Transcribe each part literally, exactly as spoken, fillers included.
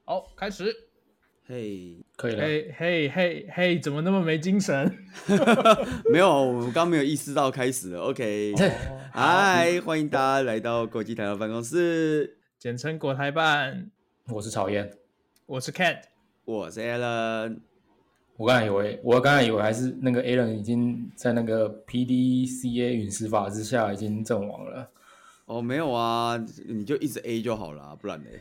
好，开始。 嘿， 可以了。 嘿嘿嘿嘿，怎么那么没精神？ 没有，我们刚没有意识到开始了。OK，嗨、欢迎大家来到国际台的办公室， 简称国台办。 我是曹燕， 我是 Cat， 我是 Alan。 我刚才以为，我刚才以为还是那个 Alan 已经在那个 P D C A 陨石法之下已经阵亡了。 哦，没有啊，你就一直 A 就好了，不然呢？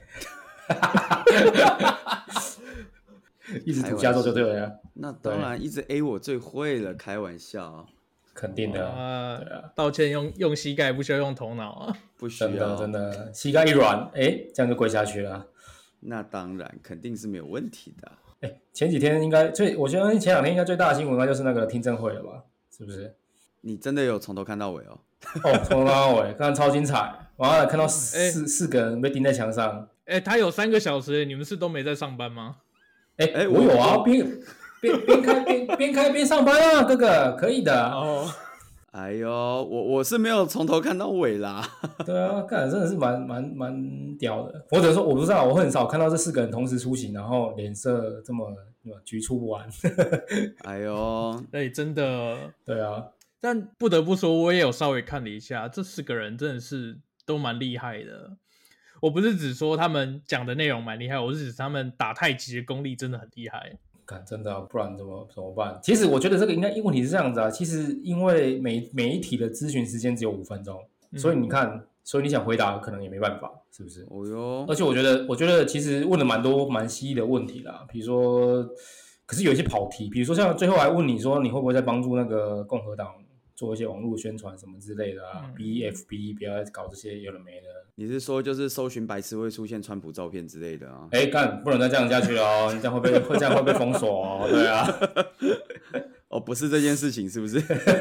一直赌下咒就对了。 那当然，一直 A 我最会了，开玩笑。 肯定的， 呃、 对啊。 道歉用用膝盖，不需要用头脑啊。 不需要， 真的真的，膝盖一软，哎，这样就跪下去了。 那当然，肯定是没有问题的。 哎，前几天应该最，我觉得前两天应该最大的新闻应该就是那个听证会了吧？是不是？ 你真的有从头看到尾哦？ 哦，从头到尾，刚刚超精彩。然后看到四、欸、四个人被钉在墙上。 哎、欸，他有三个小时，你们是都没在上班吗？ 哎、欸欸，我有啊，边边边开边边开边上班啊，哥哥，可以的。 哦， 哎呦，我我是没有从头看到尾啦。 对啊，看真的是蛮蛮蛮屌的。或者说，我不知道，我很少看到这四个人同时出席，然后脸色这么局促不安。 哎呦， 哎，真的。 对啊， 但不得不说，我也有稍微看了一下，这四个人真的是都蛮厉害的。我不是只说他们讲的内容蛮厉害，我是指他们打太极的功力真的很厉害。 干真的、啊，不然怎么怎么办？其实我觉得这个应该问题是这样子啊。其实因为每每一题的咨询时间只有五分钟、嗯，所以你看，所以你想回答可能也没办法，是不是？ 哦哟。 而且我觉得，我觉得其实问了蛮多蛮犀利的问题啦，比如说，可是有一些跑题，比如说像最后还问你说你会不会在帮助那个共和党做一些网络宣传什么之类的啊、嗯、，B F B 不要搞这些有的没的。 你是说就是搜寻白痴会出现川普照片之类的啊？ 哎，干，不能再这样下去了哦，你这样会被会这样会被封锁哦，对啊。 哦，不是这件事情是不是？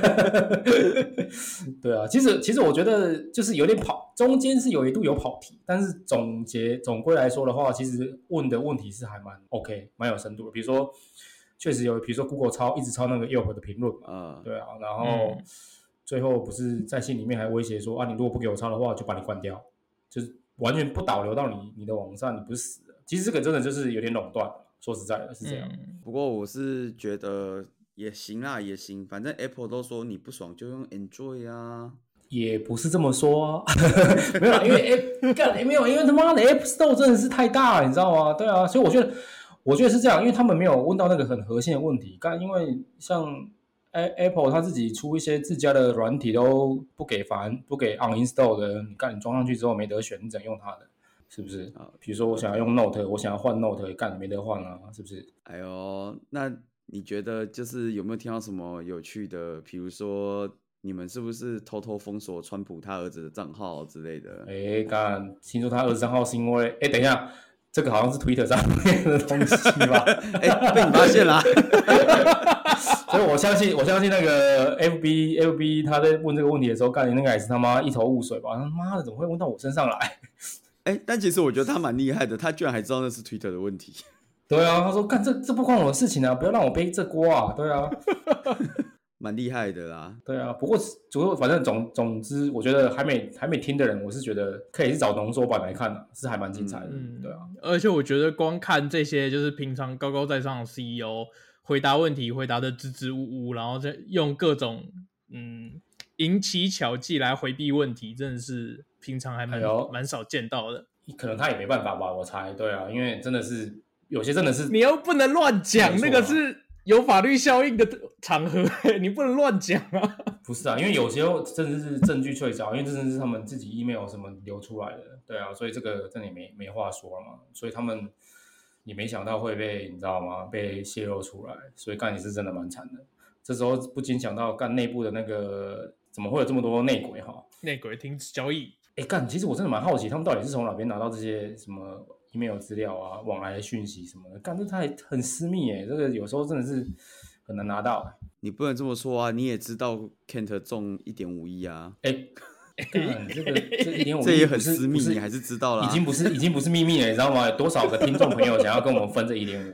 对啊，其实其实我觉得就是有点跑，中间是有一度有跑题，但是总结总归来说的话，其实问的问题是还蛮 OK， 蛮有深度的。比如说，确实有，比如说 Google 抄一直抄那个 Yelp 的评论嘛、嗯，对啊，然后最后不是在信里面还威胁说啊，你如果不给我抄的话，就把你关掉，就是完全不导流到你你的网上，你不是死了。其实这个真的就是有点垄断，说实在的是这样、嗯。 不过我是觉得。也行啦，也行，反正 Apple 都说你不爽就用 Android 啊， 也不是这么说啊，没有啦，因为 App 没有，因为他妈的 App Store 真的是太大了，你知道吗？对啊，所以我觉得，我觉得是这样，因为他们没有问到那个很核心的问题。刚因为像 Apple 他自己出一些自家的软体都不给繁不给 uninstall 的，你干你装上去之后没得选，你只能用它的，是不是啊？比如说我想要用 Note， 我想要换 Note， 干没得换啊，是不是？ 哎呦，那。你觉得就是有没有听到什么有趣的？比如说你们是不是偷偷封锁川普他儿子的账号之类的？ 哎，干，听说他儿子账号是因为……哎，等一下，这个好像是 Twitter 上面的东西吧？ 哎，被你发现了、啊。 所以我相信，我相信那个 F B F B 他在问这个问题的时候，干你那个也是他妈一头雾水吧？他妈的怎么会问到我身上来？ 哎，但其实我觉得他蛮厉害的，他居然还知道那是 Twitter 的问题。 对啊，他说干这这不关我的事情啊，不要让我背这锅啊！对啊， 蛮厉害的啦。 对啊，不过主要反正总总之，我觉得还没还没听的人，我是觉得可以是找浓缩版来看的、啊，是还蛮精彩的。嗯，对啊。 而且我觉得光看这些就是平常高高在上的 C E O 回答问题回答的支支吾吾，然后再用各种嗯淫奇巧技来回避问题，真的是平常还蛮蛮、哎、少见到的。 可能他也没办法吧，我猜。对啊，因为真的是。有些真的是你又不能乱讲、啊，那个是有法律效应的场合，你不能乱讲啊。 不是啊，因为有些真的是证据确凿，因为这真的是他们自己 email 什么流出来的，对啊，所以这个真的也没没话说了嘛。所以他们也没想到会被你知道吗？被泄露出来，所以干也是真的蛮惨的。这时候不禁想到干内部的那个怎么会有这么多内鬼哈？ 内鬼停止交易。 哎，干，其实我真的蛮好奇，他们到底是从哪边拿到这些什么 email 资料啊、往来的讯息什么的？干，这太很私密哎，这个有时候真的是很难拿到。 你不能这么说啊！你也知道 Kent 中一点五亿啊！ 哎，干，这个这一点五亿这也很私密，你还是知道啦。 已经不是已经不是秘密了，你知道吗？有多少个听众朋友想要跟我们分这一点五亿？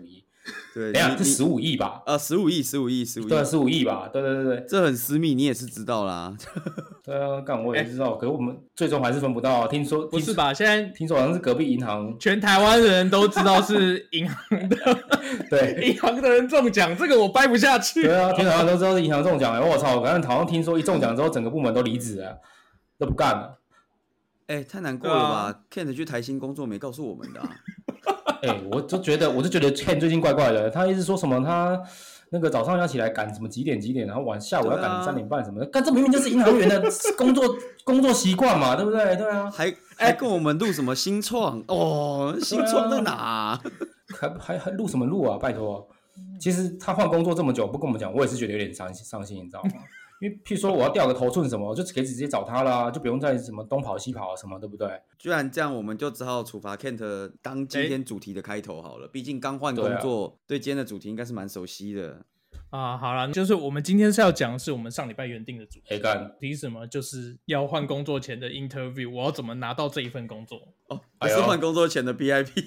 对， 等一下是十五亿吧？ 啊，十五亿，十五亿，十五亿， 对，十五亿吧？对对对对， 这很私密，你也是知道啦。 对啊，干我也知道，欸、可是我们最终还是分不到、啊。听说不是吧？现在听说好像是隔壁银行， 全台湾人都知道是银行的， 对， 银行的人中奖，这个我掰不下去。 对啊，全台湾都知道是银行中奖、欸，我操！刚才好像听说一中奖之后，整个部门都离职了，都不干了。 哎、欸，太难过了吧、啊、？Ken 去台新工作没告诉我们的、啊。 哎、欸，我就觉得，我就觉得 Ken 最近怪怪的。他一直说什么他那个早上要起来赶什么几点几点，然后晚下午要赶三点半什么的。干、啊，这明明就是银行员的工作工作习惯嘛，对不对？对啊， 还还跟我们录什么新创哦？新创在哪、啊？ 还还还录什么录啊？拜托，其实他换工作这么久不跟我们讲，我也是觉得有点伤心伤心，你知道吗？因为譬如说我要调个头寸什么，就可以直接找他啦，就不用再什么东跑西跑什么，对不对？ 居然这样，我们就只好处罚 Kent 当今天主题的开头好了。毕竟刚换工作，对、啊、对今天的主题应该是蛮熟悉的啊。好啦，就是我们今天是要讲的是我们上礼拜原定的主题。 哎干， 题什么？就是要换工作前的 interview， 我要怎么拿到这一份工作？ 哦，不是换工作前的 B I P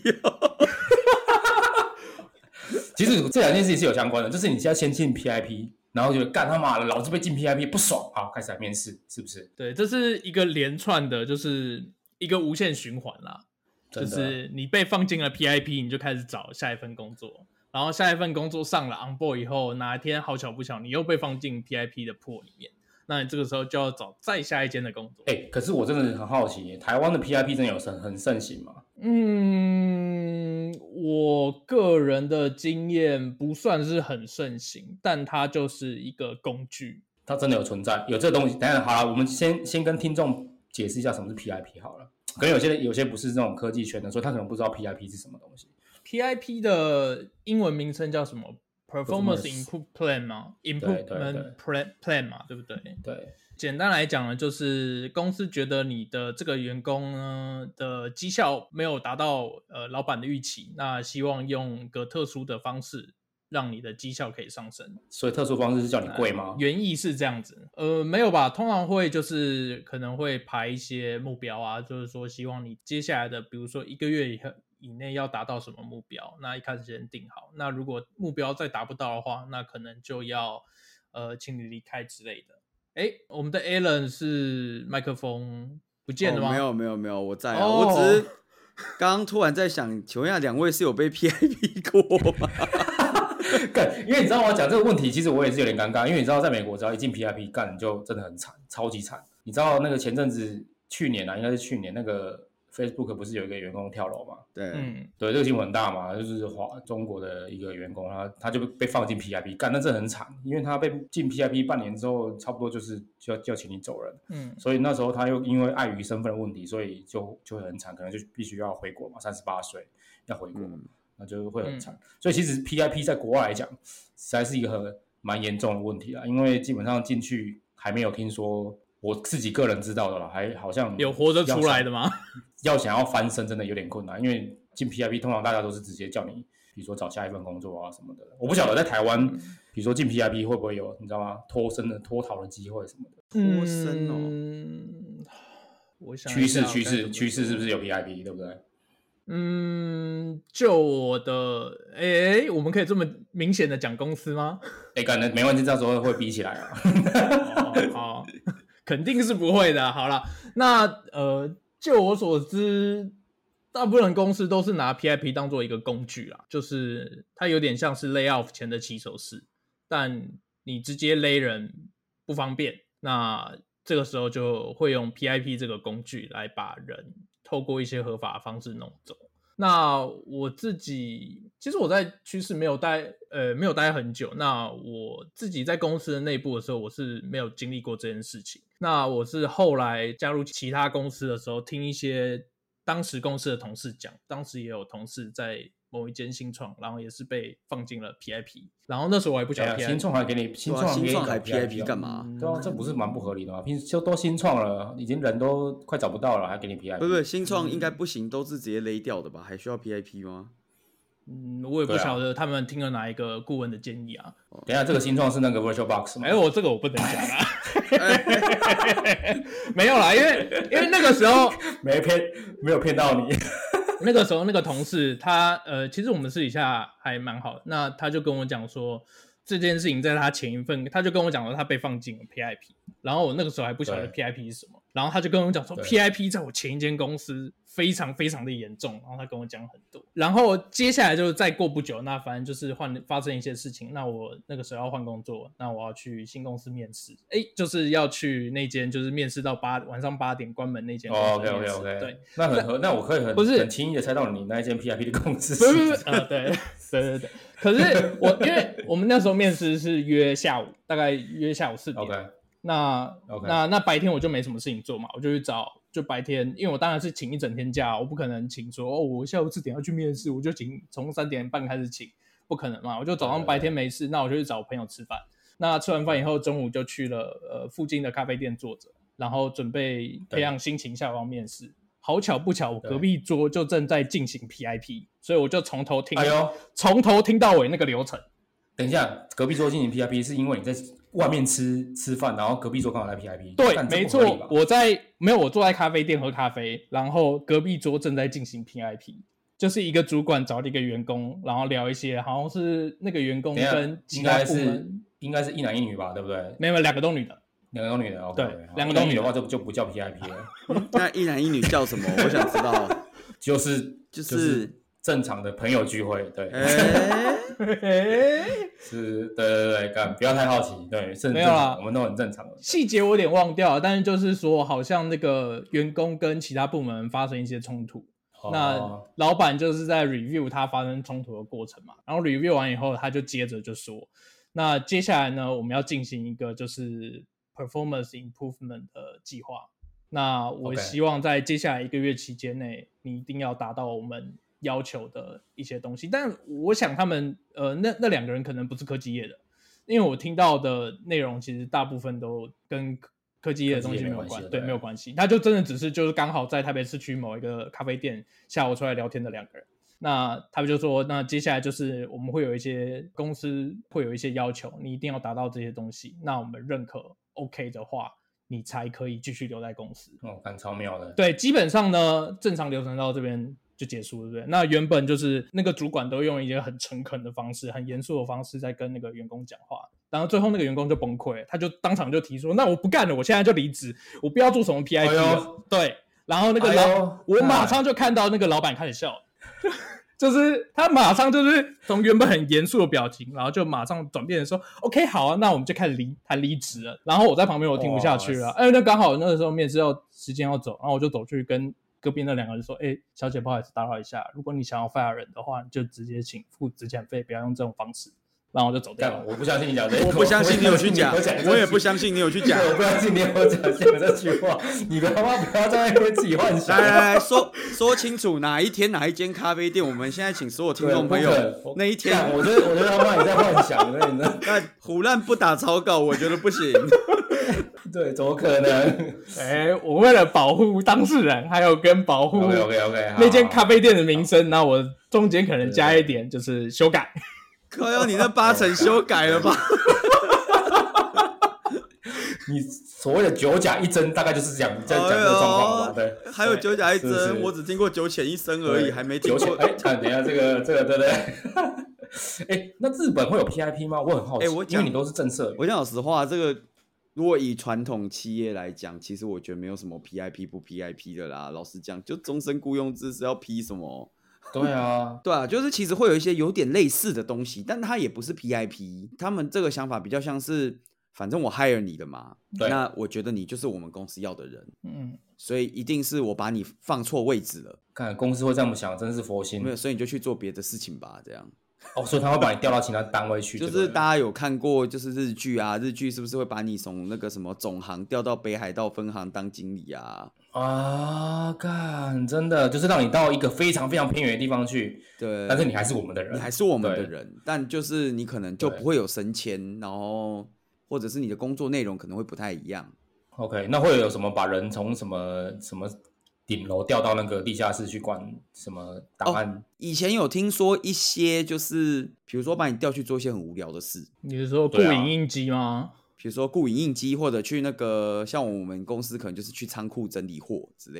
其实这两件事情是有相关的，就是你现在先进 P I P。然后就干他妈的，老子被进 P I P 不爽，好，开始来面试，是不是？ 对，这是一个连串的，就是一个无限循环啦。就是你被放进了 P I P， 你就开始找下一份工作，然后下一份工作上了 on board 以后，哪一天好巧不巧，你又被放进 P I P 的 pool 里面，那你这个时候就要找再下一间的工作。 哎、欸，可是我真的很好奇，台湾的 P I P 真的有很很盛行吗？ 嗯，我个人的经验不算是很盛行，但它就是一个工具， 它真的有存在，有这个东西。等一下好了，我们先先跟听众解释一下什么是 P I P 好了。可能有些有些不是这种科技圈的，所以他可能不知道 P I P 是什么东西。 P I P 的英文名称叫什么 ？Performance Improvement Plan 嘛 ，Improvement Plan Plan 嘛，对不对？ 对。 简单来讲呢，就是公司觉得你的这个员工呢的绩效没有达到呃老板的预期，那希望用个特殊的方式让你的绩效可以上升。 所以特殊方式是叫你跪吗？ 呃、原意是这样子，呃，没有吧？通常会就是可能会排一些目标啊，就是说希望你接下来的，比如说一个月以后以内要达到什么目标，那一开始先定好。那如果目标再达不到的话，那可能就要呃请你离开之类的。哎，我们的 Alan 是麦克风不见了吗？ 哦、没有没有没有，我在啊，哦、我只是刚刚突然在想，请问一下，两位是有被 P I P 过吗？ 因为你知道我讲这个问题，其实我也是有点尴尬，因为你知道，在美国只要一进 P I P 干，你就真的很惨，超级惨。你知道那个前阵子去年啊，应该是去年那个 Facebook 不是有一个员工跳楼嘛？ 对， 嗯，对，这个新闻很大嘛，就是华中国的一个员工，他他就被放进 P I P， 干，那真的很惨，因为他被进 P I P 半年之后，差不多就是就要就要请你走人，嗯，所以那时候他又因为碍于身份的问题，所以就就会很惨，可能就必须要回国嘛，三十八岁要回国。嗯，那就会很惨、嗯，所以其实 P I P 在国外来讲，实在是一个很蛮严重的问题啦。因为基本上进去还没有听说，我自己个人知道的啦，还好像有活着出来的吗？ 要想要翻身真的有点困难，因为进 P I P 通常大家都是直接叫你，比如说找下一份工作啊什么的。我不晓得在台湾，嗯、比如说进 P I P 会不会有你知道吗？脱身的脱逃的机会什么的。 脱身哦， 嗯、我想趋势趋势趋势是不是有 P I P 对不对？ 嗯，就我的，哎，我们可以这么明显的讲公司吗？ 哎，可能没问题，到时候会逼起来啊。 哦，好，肯定是不会的。好啦，那呃，就我所知，大部分公司都是拿 P I P 当做一个工具啦，就是它有点像是 lay off 前的起手式，但你直接勒人不方便，那这个时候就会用 P I P 这个工具来把人透过一些合法的方式弄走。那我自己其实我在趋势没有待呃没有待很久，那我自己在公司的内部的时候，我是没有经历过这件事情。那我是后来加入其他公司的时候，听一些当时公司的同事讲，当时也有同事在某一间新创，然后也是被放进了 P I P， 然后那时候我还不晓得 P I P、 哎、新创还给你新创、啊、 新创还 P I P 干嘛？ 对啊，这不是蛮不合理的吗？平时就都新创了，已经人都快找不到了，还给你 P I P？ 不不，新创应该不行，都是直接勒掉的吧？还需要 P I P 吗？ 嗯，我也不晓得他们听了哪一个顾问的建议啊。 等一下，这个新创是那个 VirtualBox 吗？ 哎，我这个我不能讲啦。没有啦，因为因为那个时候没骗，没有骗到你。 那个时候那个同事他呃，其实我们私底下还蛮好的，那他就跟我讲说这件事情在他前一份，他就跟我讲说他被放进了 P I P， 然后我那个时候还不晓得 P I P 是什么，然后他就跟我讲说 P I P 在我前一间公司非常非常的严重，然后他跟我讲很多，然后接下来就再过不久，那反正就是换发生一些事情，那我那个时候要换工作，那我要去新公司面试，哎，就是要去那间就是面试到八晚上八点关门那间公司。 哦 ，OK OK OK， 对， 那很合，那我可以很不是很轻易的猜到你那一间 P I P 的公司。 不是不是，呃，对对对对。可是我因为我们那时候面试是约下午，大概约下午四点。 OK， 那 OK 那那白天我就没什么事情做嘛，我就去找，就白天，因为我当然是请一整天假，我不可能请说哦，我下午四点要去面试，我就请从三点半开始请，不可能嘛，我就早上白天没事，那我就去找朋友吃饭。那吃完饭以后，中午就去了呃附近的咖啡店坐着，然后准备培养心情下午要面试。好巧不巧，我隔壁桌就正在进行 P I P， 所以我就从头听， 哎呦， 从头听到尾那个流程。 等一下，隔壁桌进行 P I P 是因为你在外面吃吃饭，然后隔壁桌刚好来 P I P。 对，没错，我在没有我坐在咖啡店喝咖啡，然后隔壁桌正在进行 P I P， 就是一个主管找了一个员工，然后聊一些，好像是那个员工跟其他部门应该是一男一女吧，对不对？ 没有，两个都女的。 两个都女的 ，OK， 对，两个都女的话就就不叫 P I P 了。 那一男一女叫什么？我想知道。 就是就是、 就是、正常的朋友聚会，对。 欸、 是，对对对，干不要太好奇，对，是没有啦， 我们都很正常的。 细节我有点忘掉了，但是就是说，好像那个员工跟其他部门发生一些冲突。哦、那老板就是在 review 他发生冲突的过程嘛，然后 review 完以后，他就接着就说，那接下来呢，我们要进行一个就是 performance improvement 的计划。那我希望在接下来一个月期间内，你一定要达到我们要求的一些东西。但我想他们呃，那那两个人可能不是科技业的，因为我听到的内容其实大部分都跟科技业的东西没有关，对，没有关系。他就真的只是就是刚好在台北市区某一个咖啡店下午出来聊天的两个人。那他们就说，那接下来就是我们会有一些公司会有一些要求，你一定要达到这些东西。那我们认可 OK 的话，你才可以继续留在公司。 哦，干超妙的。 对，基本上呢，正常流程到这边就结束，对不对？那原本就是那个主管都用一些很诚恳的方式、很严肃的方式在跟那个员工讲话，然后最后那个员工就崩溃，他就当场就提出，那我不干了，我现在就离职，我不要做什么 P I P 了。哎、对，然后那个老、哎，我马上就看到那个老板开始笑。就是他马上就是从原本很严肃的表情，然后就马上转变成说 OK 好啊，那我们就开始离谈离职了。然后我在旁边我听不下去了，哎，那刚好那个时候面试要时间要走，然后我就走去跟隔壁那两个人说，哎，小姐不好意思打扰一下，如果你想要 fire 人的话，你就直接请付资遣费，不要用这种方式。然后我就走掉了。 我不相信你讲这个， 我不相信你有去讲，我也不相信你有去讲， 我不相信你有讲这句话。你他妈不要在那边自己幻想。 来来来说说清楚，哪一天哪一间咖啡店？我们现在请所有听众朋友，那一天， 我觉得我觉得他妈你在幻想，对，你知道？ 那胡乱不打草稿，我觉得不行。 对，怎么可能？ 哎、欸，我为了保护当事人，还有跟保护 OK OK OK 那间咖啡店的名声，那我中间可能加一点就是修改。 靠腰，你那八成修改了吧？ 你所谓的九假一真，大概就是讲在讲这个状况吧？对， 还有九假一真，我只听过九浅一深而已，还没听过。 哎，等一下，这个这个对不对？哎，那日本会有 P I P 吗？我很好奇，因为你都是正社。 我讲老实话，这个如果以传统企业来讲，其实我觉得没有什么 P I P 不 P I P 的啦。老实讲，就终身雇佣制是要 P 什么？ 对啊， 对啊，就是其实会有一些有点类似的东西，但它也不是 P I P。他们这个想法比较像是，反正我 hire 你的嘛，那我觉得你就是我们公司要的人，嗯，所以一定是我把你放错位置了。 看公司会这么想，真是佛心。 没有，所以你就去做别的事情吧，这样。 哦，所以他会把你调到其他单位去。 就是大家有看过，就是日剧啊，日剧是不是会把你从那个什么总行调到北海道分行当经理啊？ 啊，干，真的就是让你到一个非常非常偏远的地方去， 对， 但是你还是我们的人， 你还是我们的人，但就是你可能就不会有升迁，然后或者是你的工作内容可能会不太一样。 OK， 那会有什么把人从什么什么顶楼调到那个地下室去管什么档案？ 哦，以前有听说一些，就是比如说把你调去做一些很无聊的事， 你是说雇影印机吗？ 比如说雇影印机，或者去那个像我们公司可能就是去仓库整理货之类的。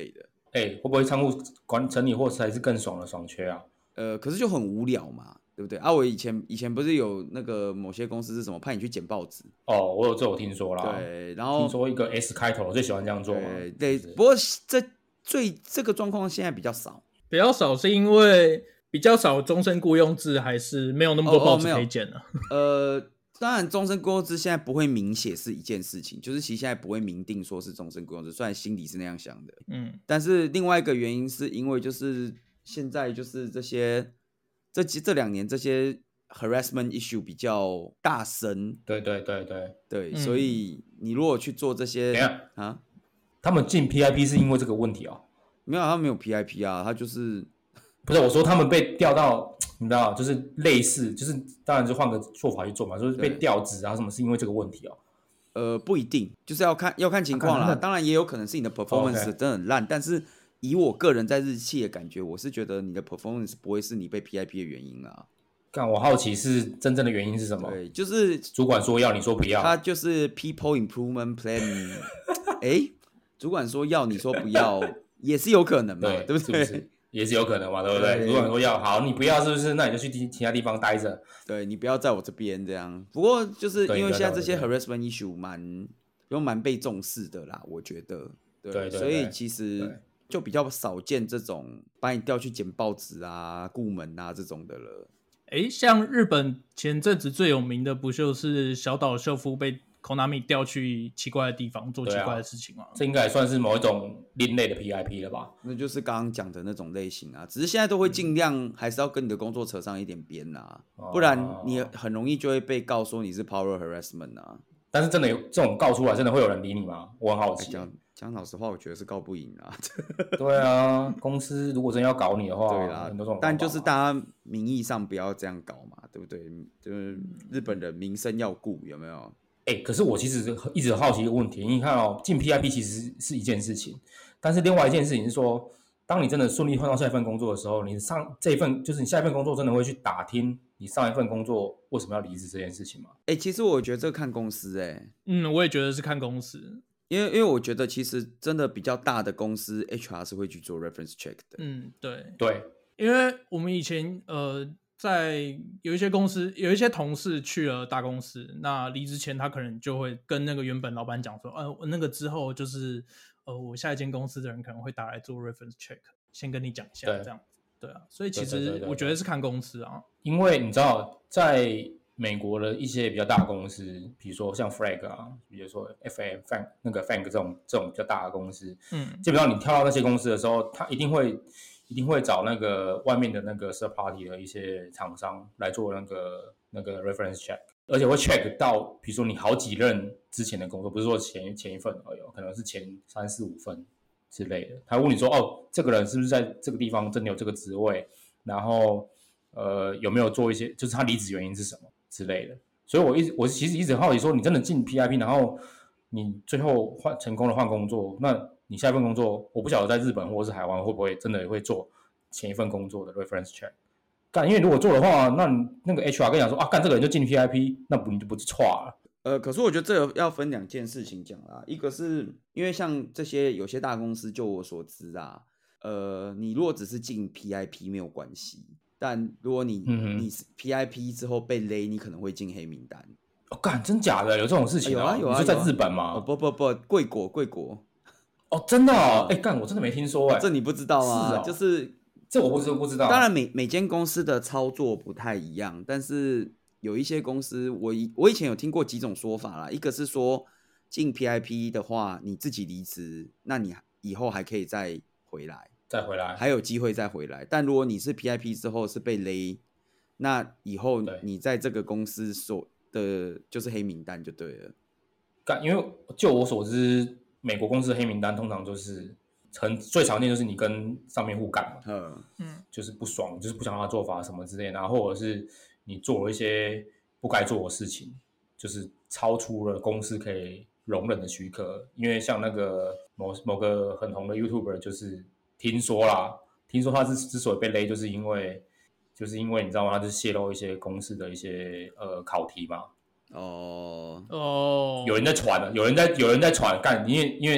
哎、欸，会不会仓库管整理货才是更爽的爽缺啊？ 呃，可是就很无聊嘛，对不对啊？我以前以前不是有那个某些公司是什么派你去捡报纸？ 哦，我有这我听说啦。 对，然后听说一个 S 开头，我最喜欢这样做嘛。 对，对是是不过这最这个状况现在比较少， 比较少是因为比较少终身雇佣制，还是没有那么多报纸可以捡了？ 哦哦呃，当然终身雇佣制现在不会明写是一件事情，就是其实现在不会明定说是终身雇佣制，虽然心里是那样想的，嗯，但是另外一个原因是因为就是现在就是这些这这两年这些 harassment issue 比较大声， 对对对对对，嗯、所以你如果去做这些，啊， 他们进 P I P 是因为这个问题哦？ 没有，他没有 P I P 啊，他就是不是我说他们被调到，你知道，就是类似，就是当然就换个做法去做嘛，就是被调职啊什么，是因为这个问题哦？ 呃，不一定，就是要看要看情况啦。啊、当然也有可能是你的 performance 真的很烂， okay. 但是以我个人在日企的感觉，我是觉得你的 performance 不会是你被 P I P 的原因啊。 干，我好奇是真正的原因是什么？ 对，就是主管说要，你说不要， 他就是 people improvement plan 。哎，主管说要，你说不要，也是有可能嘛，对, 对不对？ 是不是也是有可能嘛，对不对？主管说要，好，你不要，是不是？那你就去其他地方待着。 对，你不要在我这边这样。不过就是因为现在这些 harassment issue 蛮又蛮被重视的啦，我觉得。对， 对对对， 所以其实就比较少见这种把你调去捡报纸啊、顾门啊这种的了。 哎，像日本前阵子最有名的不就是小岛秀夫被 Konami 调去奇怪的地方做奇怪的事情吗？ 啊、这应该也算是某一种另类的 P I P 了吧？ 那就是刚刚讲的那种类型啊，只是现在都会尽量还是要跟你的工作扯上一点边啊，嗯、不然你很容易就会被告说你是 power harassment 啊。 但是真的有这种告出来，真的会有人理你吗？我很好奇。 讲讲老实话，我觉得是告不赢啊。 对啊，公司如果真要搞你的话， 对啦， 很多种。 但就是大家名义上不要这样搞嘛，对不对？就是日本人名声要顾，有没有？ 哎、欸，可是我其实一直好奇一个问题，你看哦，进 P I P 其实是一件事情，但是另外一件事情是说，当你真的顺利换到下一份工作的时候，你上这一份就是你下一份工作真的会去打听你上一份工作为什么要离职这件事情吗？ 哎、欸，其实我觉得这看公司哎、欸， 嗯，我也觉得是看公司， 因为因为我觉得其实真的比较大的公司 H R 是会去做 reference check 的。 嗯，对对， 因为我们以前呃。在有一些公司，有一些同事去了大公司，那离职前他可能就会跟那个原本老板讲说，呃，那个之后就是呃，我下一间公司的人可能会打来做 reference check， 先跟你讲一下，这样子，对啊，所以其实我觉得是看公司啊， 因为你知道，在美国的一些比较大的公司，比如说像 Flag 啊，比如说 F A F 那个 Fang 这种这种比较大的公司，嗯，基本上你跳到那些公司的时候，他一定会。一定会找那个外面的那个 third party 的一些厂商来做那个那个 reference check， 而且会 check 到，比如说你好几任之前的工作，不是说前前一份而已，可能是前三四五份之类的。他会问你说，哦，这个人是不是在这个地方真的有这个职位？然后呃有没有做一些，就是他离职原因是什么之类的。所以我一直我其实一直好奇说，你真的进 P I P， 然后你最后换成功的换工作，那你下一份工作，我不晓得在日本或者是海湾会不会真的会做前一份工作的 reference check。干，因为如果做的话，那那个 H R 跟你讲说啊，干这个人就进 P I P， 那不你就不是错了。 呃，可是我觉得这个要分两件事情讲啦，一个是因为像这些有些大公司，就我所知啊，呃，你如果只是进 P I P 没有关系，但如果你、嗯、你 P I P 之后被勒，你可能会进黑名单。 哦，干，真假的有这种事情、啊？有啊有啊， 你说在日本吗？ 哦不不不，贵国贵国。 哦，真的哦，哎、欸，干，我真的没听说哎、欸， 这你不知道吗？是、哦、就是这我不知不知道。 当然每每间公司的操作不太一样，但是有一些公司我以我以前有听过几种说法啦，一个是说进 P I P 的话，你自己离职，那你以后还可以再回来， 再回来， 还有机会再回来。但如果你是 P I P 之后是被勒，那以后你在这个公司所的就是黑名单就对了。 干，因为就我所知，美国公司的黑名单通常就是很最常见就是你跟上面互干嘛，嗯，就是不爽，就是不想他做法什么之类的，然后或者是你做了一些不该做的事情，就是超出了公司可以容忍的许可。因为像那个某某个很红的 YouTuber， 就是听说啦，听说他之之所以被勒，就是因为就是因为你知道吗？他就是泄露一些公司的一些呃考题嘛。 哦哦， 有人在传了，有人在有人在传干，因为因为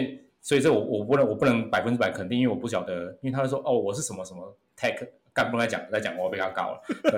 所以这我我不能我不能百分之百肯定，因为我不晓得，因为他就说哦我是什么什么 tech， 干不能再讲再讲我要被他告了，对，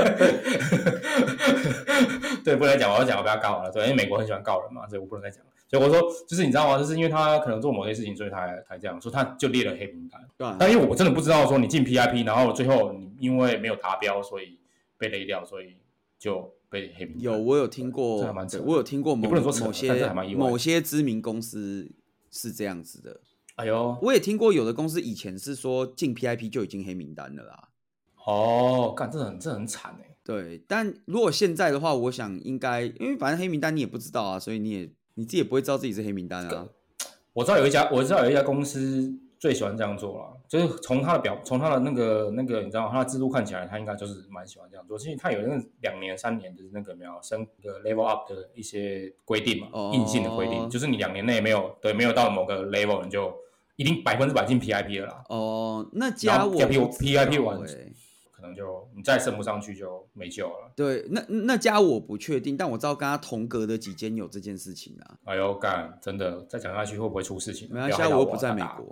对，不能再讲我要讲我被他告了，对，因为美国很喜欢告人嘛，所以我不能再讲。所以我说，就是你知道吗？就是因为他可能做某些事情，所以他才这样说，他就列了黑名单。对、啊。但因为我真的不知道说你进 P I P， 然后最后你因为没有达标，所以被勒掉，所以就被黑名单。 有，我有听过，这还蛮扯的。我有听过某， 不能说扯， 某些但是还蛮意外的。 某些知名公司是这样子的。 哎呦， 我也听过有的公司以前是说进 P I P 就已经黑名单了啦。 哦，干，这很这很惨哎。 对，但如果现在的话，我想应该，因为反正黑名单你也不知道啊，所以你也。你自己也不会知道自己是黑名单啊。 我知道有一家，我知道有一家公司最喜欢这样做了，就是从他的表，从他的那个那个，你知道他的制度看起来，他应该就是蛮喜欢这样做。其实他有那个两年、三年的那个没有升个 level up 的一些规定嘛，哦、硬性的规定，就是你两年内没有对没有到某个 level， 你就一定百分之百进 P I P 了啦。 哦，那家我 P I P 完。可能就你再升不上去就没救了。 对，那那家我不确定，但我知道跟他同格的几间有这件事情啊。 哎呦，干，真的再讲下去会不会出事情？ 没关系，我又不在美国，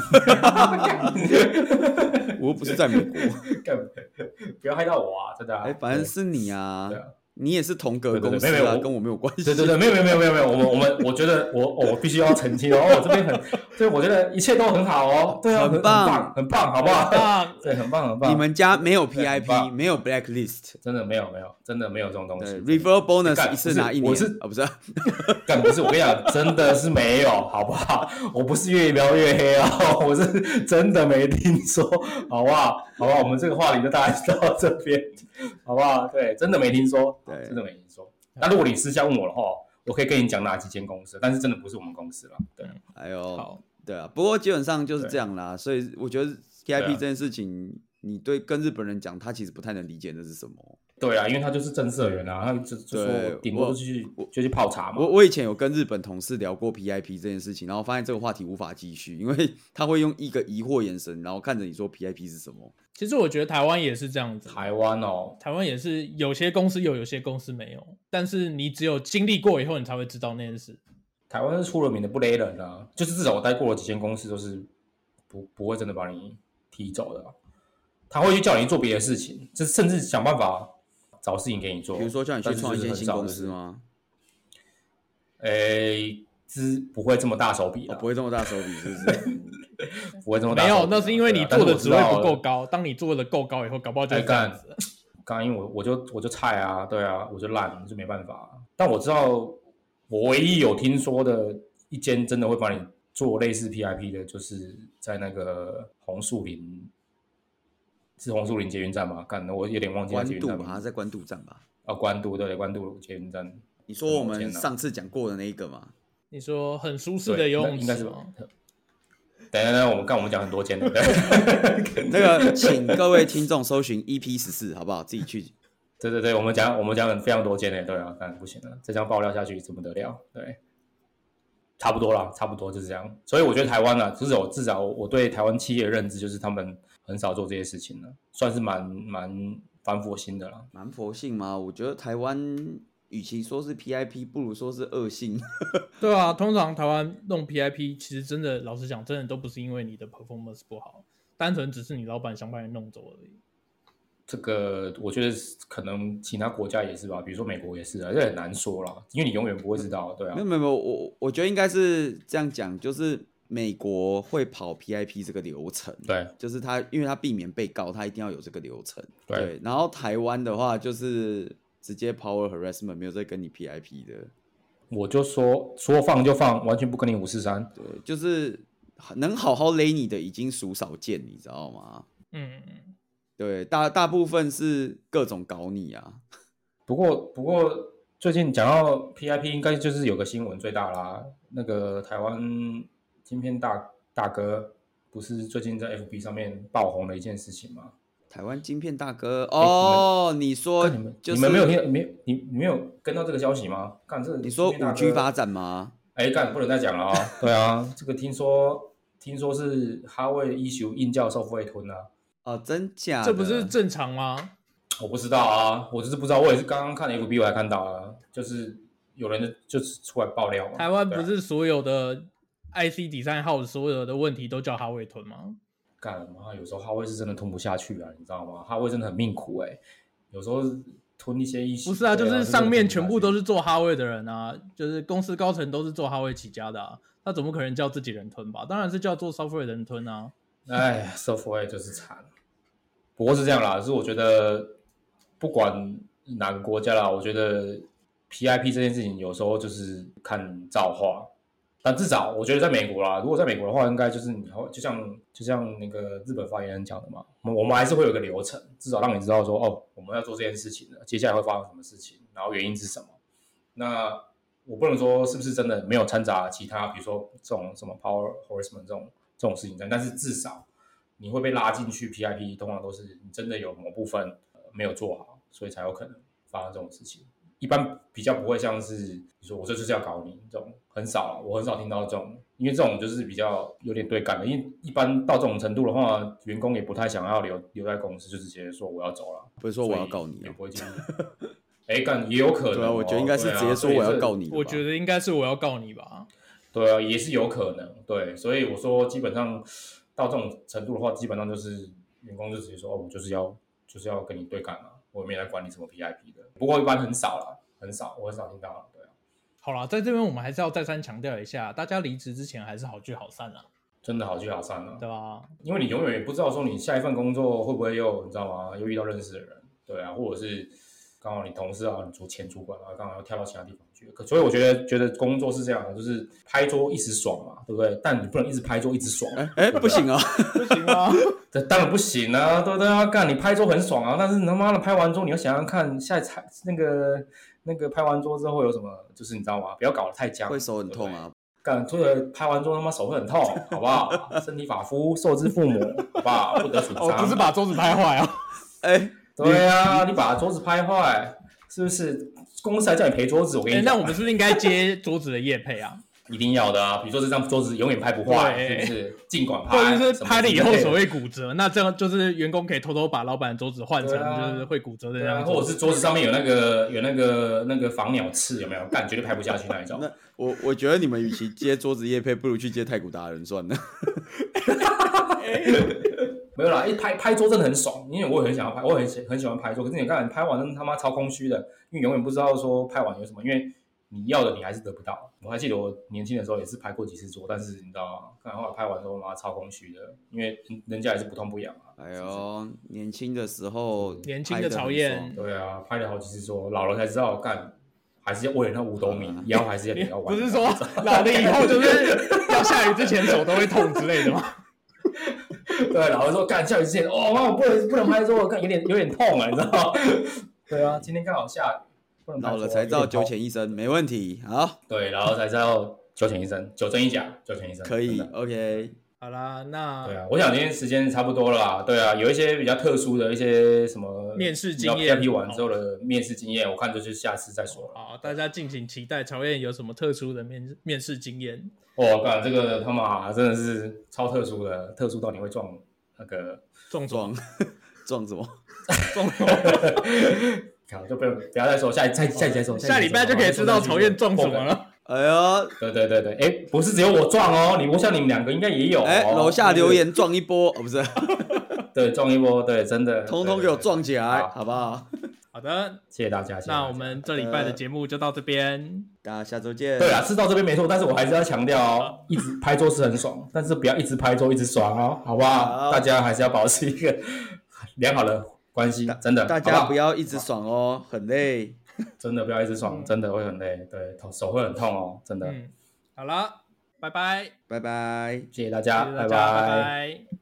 我又不是在美国， 不要害到我啊！真的、啊， 哎、欸，反正是你啊。 对啊。 你也是同格公司啊， 对对对没有跟我没有关系。 对对对，没有没有没有没有没有，我们我们我觉得我我必须要澄清哦，我这边很，对，我觉得一切都很好哦，对啊， 很棒很棒，好不好？ 很棒， 对，很棒很棒。 你们家没有 P I P， 没有 blacklist， 真的没有没有，真的没有这种东西。 referral bonus 一次拿一年， 我是啊、哦、不是， 干不是，我跟你讲，真的是没有，好不好？我不是越描越黑哦，我是真的没听说，好不好？好不好？我们这个话题就大概到这边，好不好？对，真的没听说，对，真的没听说。那如果你私下问我的话，我可以跟你讲哪几间公司，但是真的不是我们公司啦。对， 哎呦，好，对啊，不过基本上就是这样啦。所以我觉得 P I P 这件事情，啊、你对跟日本人讲，他其实不太能理解那是什么。 对啊，因为他就是正社员啊，他就就说顶多就去就去泡茶嘛。 我我以前有跟日本同事聊过 P I P 这件事情，然后发现这个话题无法继续，因为他会用一个疑惑眼神，然后看着你说 P I P 是什么。 其实我觉得台湾也是这样子， 台湾哦， 台湾也是有些公司有，有些公司没有，但是你只有经历过以后，你才会知道那件事。 台湾是出了名的不勒人啊，就是至少我待过的几间公司都是不不会真的把你踢走的、啊，他会去叫你做别的事情，就甚至想办法找事情给你做。 比如说叫你去创一间新公司吗？ 诶，资不会这么大手笔、 哦，不会这么大手笔，是不是？ 不会这么大手笔、 没有，那是因为你做的职位不够高。当你做的够高以后，搞不好就这样子。 刚因为我我就我就菜啊，对啊，我就烂，就没办法。但我知道，我唯一有听说的一间真的会帮你做类似 P I P 的，就是在那个红树林，是红树林捷运站吗？干，我有点忘记了捷运站。 关渡吧，在关渡站吧？ 哦，关渡对，关渡捷运站。 你说我们上次讲过的那一个吗？ 你说很舒适的游泳池， 应该是吧？等等等，我们刚我们讲很多间的， 那个请各位听众搜寻 E P 十四，好不好？自己去。 对对对，我们讲我们讲很非常多间的，对啊，但不行了，这样爆料下去怎么得了？对，差不多啦，差不多就是这样。所以我觉得台湾啊，至少至少我对台湾企业的认知就是他们很少做这些事情了，算是蛮蛮蛮佛心的啦。 蛮佛性吗？我觉得台湾。与其说是 P I P， 不如说是恶性。 对啊，通常台湾弄 P I P， 其实真的老实讲，真的都不是因为你的 performance 不好，单纯只是你老板想把你弄走而已。 这个我觉得可能其他国家也是吧，比如说美国也是啊，这很难说啦，因为你永远不会知道，对啊。 没有没有，我我觉得应该是这样讲，就是美国会跑 P I P 这个流程， 对， 就是他因为他避免被告，他一定要有这个流程， 对, 对。然后台湾的话就是。直接 power harassment 没有在跟你 P I P 的， 我就说说放就放，完全不跟你五四三。 对，就是能好好勒你的已经数少见，你知道吗？ 嗯， 对，大大部分是各种搞你啊。 不过不过最近讲到 P I P， 应该就是有个新闻最大啦，那个台湾晶片大大哥不是最近在 F B 上面爆红的一件事情吗？ 台湾晶片大哥哦，你, 你说、 你, 们、 就是、 你们没有听没你你没有跟到这个消息吗？干这个你说五 G 发展吗？ 哎，干不能再讲了啊、哦！对啊，这个听说听说是哈卫 issue 硬叫收付费吞啊！ 哦，真假的？ 这不是正常吗？ 我不知道啊，我就是不知道，我也是刚刚看 F B 我才看到啊，就是有人就是出来爆料嘛。 台湾不是所有的 I C Design House 所有的问题都叫哈维吞吗？ 干嘛？有时候哈维是真的吞不下去啊，你知道吗？哈维真的很命苦哎、欸，有时候吞一些一些。 不是啊，啊就是上面全部都是做哈维的人啊，就是公司高层都是做哈维起家的啊，他怎么可能叫自己人吞吧？当然是叫做 software 的人吞啊。 哎 ，software 就是惨。不过是这样啦，就是我觉得不管哪个国家啦，我觉得 P I P 这件事情有时候就是看造化。但至少我觉得在美国啦，如果在美国的话，应该就是你就像就像那个日本发言人讲的嘛，我们还是会有一个流程，至少让你知道说哦，我们要做这件事情了，接下来会发生什么事情，然后原因是什么。那我不能说是不是真的没有掺杂其他，比如说这种什么 power harassment 这种这种事情，但是至少你会被拉进去 P I P， 通常都是你真的有某部分没有做好，所以才有可能发生这种事情。一般比较不会像是你说我这就是要搞你这种，很少，我很少听到这种，因为这种就是比较有点对干的。因为一般到这种程度的话，员工也不太想要留留在公司，就直接说我要走了， 不是说我要告你、 也不会进去。哎，干也有可能、哦， 对啊，我觉得应该是直接说我要告你、 啊。我觉得应该是我要告你吧。 对啊，也是有可能。对，所以我说基本上到这种程度的话，基本上就是员工就直接说哦，我就是要就是要跟你对干嘛。我也没来管你什么 P I P 的，不过一般很少啦，很少，我很少听到。对啊， 好啦，在这边我们还是要再三强调一下，大家离职之前还是好聚好散啦。 真的好聚好散啊， 对吧？ 因为你永远也不知道说你下一份工作会不会又你知道吗？又遇到认识的人，对啊，或者是刚好你同事啊，你主前主管啊，刚好要跳到其他地方去。所以我觉得觉得工作是这样的，就是拍桌一时爽嘛，对不对？但你不能一直拍桌一直爽， 哎、欸欸，不行啊， 不行啊。 这当然不行啊，对不对啊？干你拍桌很爽啊，但是你他妈的拍完桌，你要想想看，下一场那个那个拍完桌之后会有什么？就是你知道吗？不要搞得太僵， 会手很痛啊。 干，除了拍完桌他妈手会很痛，好不好？身体发肤受之父母，好不好？不得损伤。 哦，不是把桌子拍坏啊？ 哎、欸， 对啊，你把桌子拍坏，是不是？公司还叫你赔桌子，我跟你讲、 欸。那我们是不是应该接桌子的业配啊？ 一定要的啊！比如说这张桌子永远拍不坏，是不是？尽管拍， 或者是拍了以后手会骨折，那这样就是员工可以偷偷把老板的桌子换成就是会骨折的那样、啊， 或者是桌子上面有那个有那个那个防鸟刺，有没有？干绝对拍不下去那一种。 那我我觉得你们与其接桌子业配，不如去接太古达人算了。 没有啦，一拍拍桌真的很爽，因为我也很想要拍，我很很喜欢拍桌。可是你看拍完他妈超空虚的，因为永远不知道说拍完有什么，因为你要的你还是得不到。我还记得我年轻的时候也是拍过几次桌，但是你知道吗？看后来拍完之后妈超空虚的，因为人家也是不痛不痒啊。 哎呦，年轻的时候， 年轻的曹燕， 对啊，拍了好几次桌，老了才知道干。还是要为了那五斗米，啊、腰还是要比较弯。 不是说老了以后就是要下雨之前手都会痛之类的吗？ 对，老了说干下雨之前，哦，我不能不能拍桌，干有点有点痛啊，你知道吗？对啊，今天刚好下雨，不能拍桌。 老了才知道九浅一深，没问题。好， 对，老了才知道九浅一深，九真一假，九浅一深。 可以 ，OK。 好啦，那对啊，我想今天时间差不多了啦。对啊，有一些比较特殊的一些什么面试经验 ，P I P 完之后的面试经验，我看就是下次再说了。 好，大家敬请期待曹燕有什么特殊的面面试经验。 哦，干这个他妈真的是超特殊的，特殊到你会撞那个撞撞撞什么？ 撞什么？ 好，就不用不要再说，下下下集再说， 下礼拜就可以知道曹燕撞什么了。 哎呦， 对对对对，哎，不是只有我撞哦，你我想你们两个应该也有、哦。 哎，楼下留言撞一波，哦，不是， 对，撞一波，对，真的， 通通给我撞起来，好不好？ 好的， 谢谢大家。谢谢大家那我们这礼拜的节目就到这边， 大家下周见。 对啊，是到这边没错，但是我还是要强调哦，一直拍桌是很爽，但是不要一直拍桌一直爽哦，好不好？好，大家还是要保持一个良好的关系，真的。 大家不要一直爽哦，很累。 真的不要一直爽，真的会很累，对，手会很痛哦，真的。 嗯，好了，拜拜， 拜拜， 谢谢大家， 谢谢大家拜拜。拜拜。